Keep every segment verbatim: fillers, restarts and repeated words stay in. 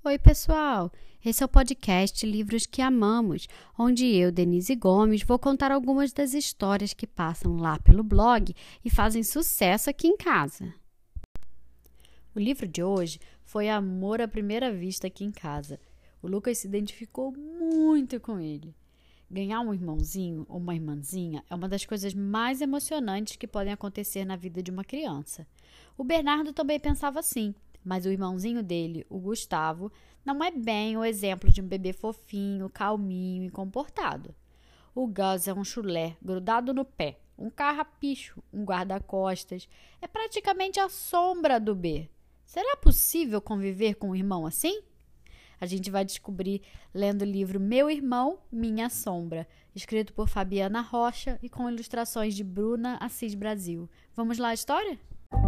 Oi, pessoal! Esse é o podcast Livros que Amamos, onde eu, Denise Gomes, vou contar algumas das histórias que passam lá pelo blog e fazem sucesso aqui em casa. O livro de hoje foi Amor à Primeira Vista aqui em casa. O Lucas se identificou muito com ele. Ganhar um irmãozinho ou uma irmãzinha é uma das coisas mais emocionantes que podem acontecer na vida de uma criança. O Bernardo também pensava assim, mas o irmãozinho dele, o Gustavo, não é bem o exemplo de um bebê fofinho, calminho e comportado. O Gus é um chulé grudado no pé, um carrapicho, um guarda-costas. É praticamente a sombra do B. Será possível conviver com um irmão assim? A gente vai descobrir lendo o livro Meu Irmão, Minha Sombra, escrito por Fabiana Rocha e com ilustrações de Bruna Assis Brasil. Vamos lá a história?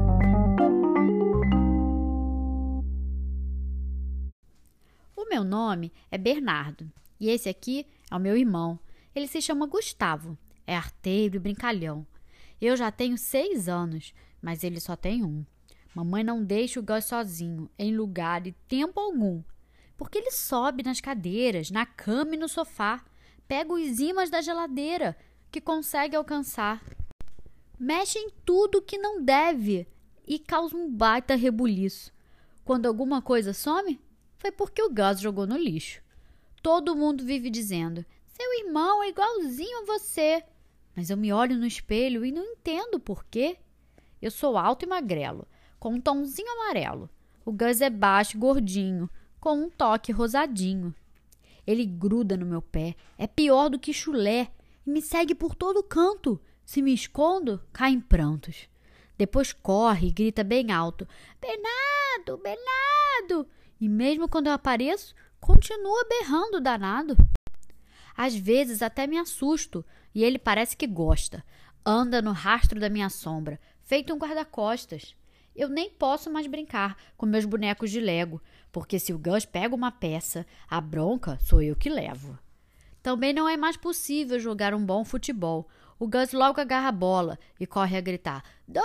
O meu nome é Bernardo e esse aqui é o meu irmão. Ele se chama Gustavo, é arteiro e brincalhão. Eu já tenho seis anos, mas ele só tem um. Mamãe não deixa o Gus sozinho, em lugar e tempo algum. Porque ele sobe nas cadeiras, na cama e no sofá, pega os ímãs da geladeira que consegue alcançar, mexe em tudo que não deve e causa um baita rebuliço. Quando alguma coisa some, foi porque o Gus jogou no lixo. Todo mundo vive dizendo, seu irmão é igualzinho a você. Mas eu me olho no espelho e não entendo por quê. Eu sou alto e magrelo, com um tomzinho amarelo. O Gus é baixo e gordinho, com um toque rosadinho. Ele gruda no meu pé, é pior do que chulé, e me segue por todo canto. Se me escondo, cai em prantos. Depois corre e grita bem alto, Bernardo, Bernardo! E mesmo quando eu apareço, continua berrando danado. Às vezes até me assusto, e ele parece que gosta. Anda no rastro da minha sombra, feito um guarda-costas. Eu nem posso mais brincar com meus bonecos de Lego, porque se o Gus pega uma peça, a bronca sou eu que levo. Também não é mais possível jogar um bom futebol. O Gus logo agarra a bola e corre a gritar, Dou,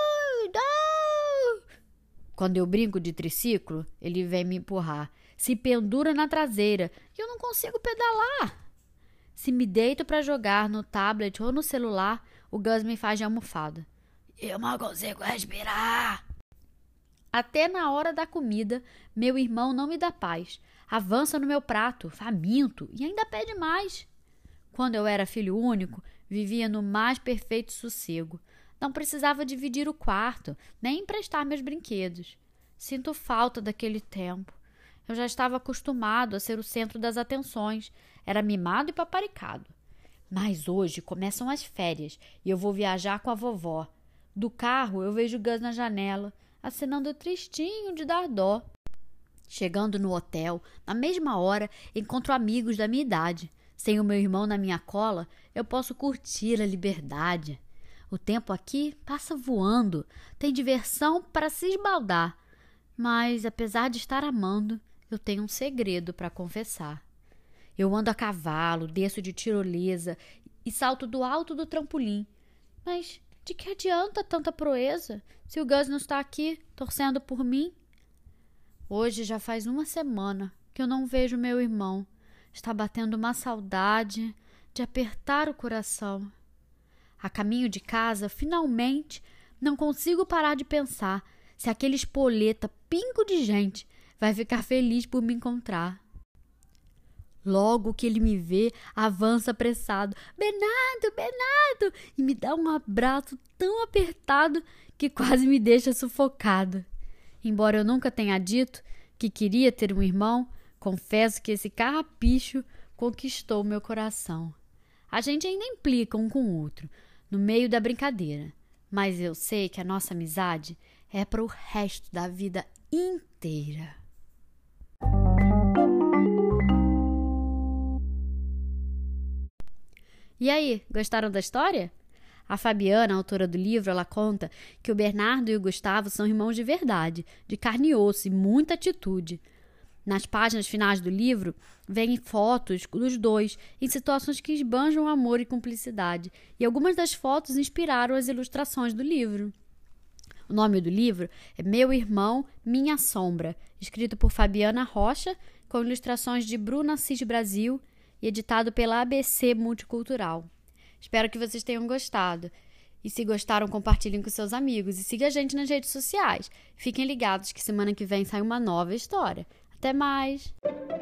dou! Quando eu brinco de triciclo, ele vem me empurrar, se pendura na traseira e eu não consigo pedalar. Se me deito para jogar no tablet ou no celular, o Gus me faz de almofada. Eu não consigo respirar. Até na hora da comida, meu irmão não me dá paz. Avança no meu prato, faminto, e ainda pede mais. Quando eu era filho único, vivia no mais perfeito sossego. Não precisava dividir o quarto, nem emprestar meus brinquedos. Sinto falta daquele tempo. Eu já estava acostumado a ser o centro das atenções. Era mimado e paparicado. Mas hoje começam as férias e eu vou viajar com a vovó. Do carro, eu vejo o Gus na janela, acenando tristinho de dar dó. Chegando no hotel, na mesma hora, encontro amigos da minha idade. Sem o meu irmão na minha cola, eu posso curtir a liberdade. O tempo aqui passa voando, tem diversão para se esbaldar. Mas, apesar de estar amando, eu tenho um segredo para confessar. Eu ando a cavalo, desço de tirolesa e salto do alto do trampolim. Mas de que adianta tanta proeza se o Gus não está aqui, torcendo por mim? Hoje já faz uma semana que eu não vejo meu irmão. Está batendo uma saudade de apertar o coração. A caminho de casa, finalmente, não consigo parar de pensar se aquele espoleta pingo de gente vai ficar feliz por me encontrar. Logo que ele me vê, avança apressado. Bernardo, Bernardo! E me dá um abraço tão apertado que quase me deixa sufocado. Embora eu nunca tenha dito que queria ter um irmão, confesso que esse carrapicho conquistou meu coração. A gente ainda implica um com o outro, no meio da brincadeira. Mas eu sei que a nossa amizade é para o resto da vida inteira. E aí, gostaram da história? A Fabiana, autora do livro, ela conta que o Bernardo e o Gustavo são irmãos de verdade, de carne e osso e muita atitude. Nas páginas finais do livro, vêm fotos dos dois em situações que esbanjam amor e cumplicidade, e algumas das fotos inspiraram as ilustrações do livro. O nome do livro é Meu Irmão, Minha Sombra, escrito por Fabiana Rocha, com ilustrações de Bruna Assis Brasil e editado pela A B C Multicultural. Espero que vocês tenham gostado. E se gostaram, compartilhem com seus amigos e siga a gente nas redes sociais. Fiquem ligados que semana que vem sai uma nova história. Até mais!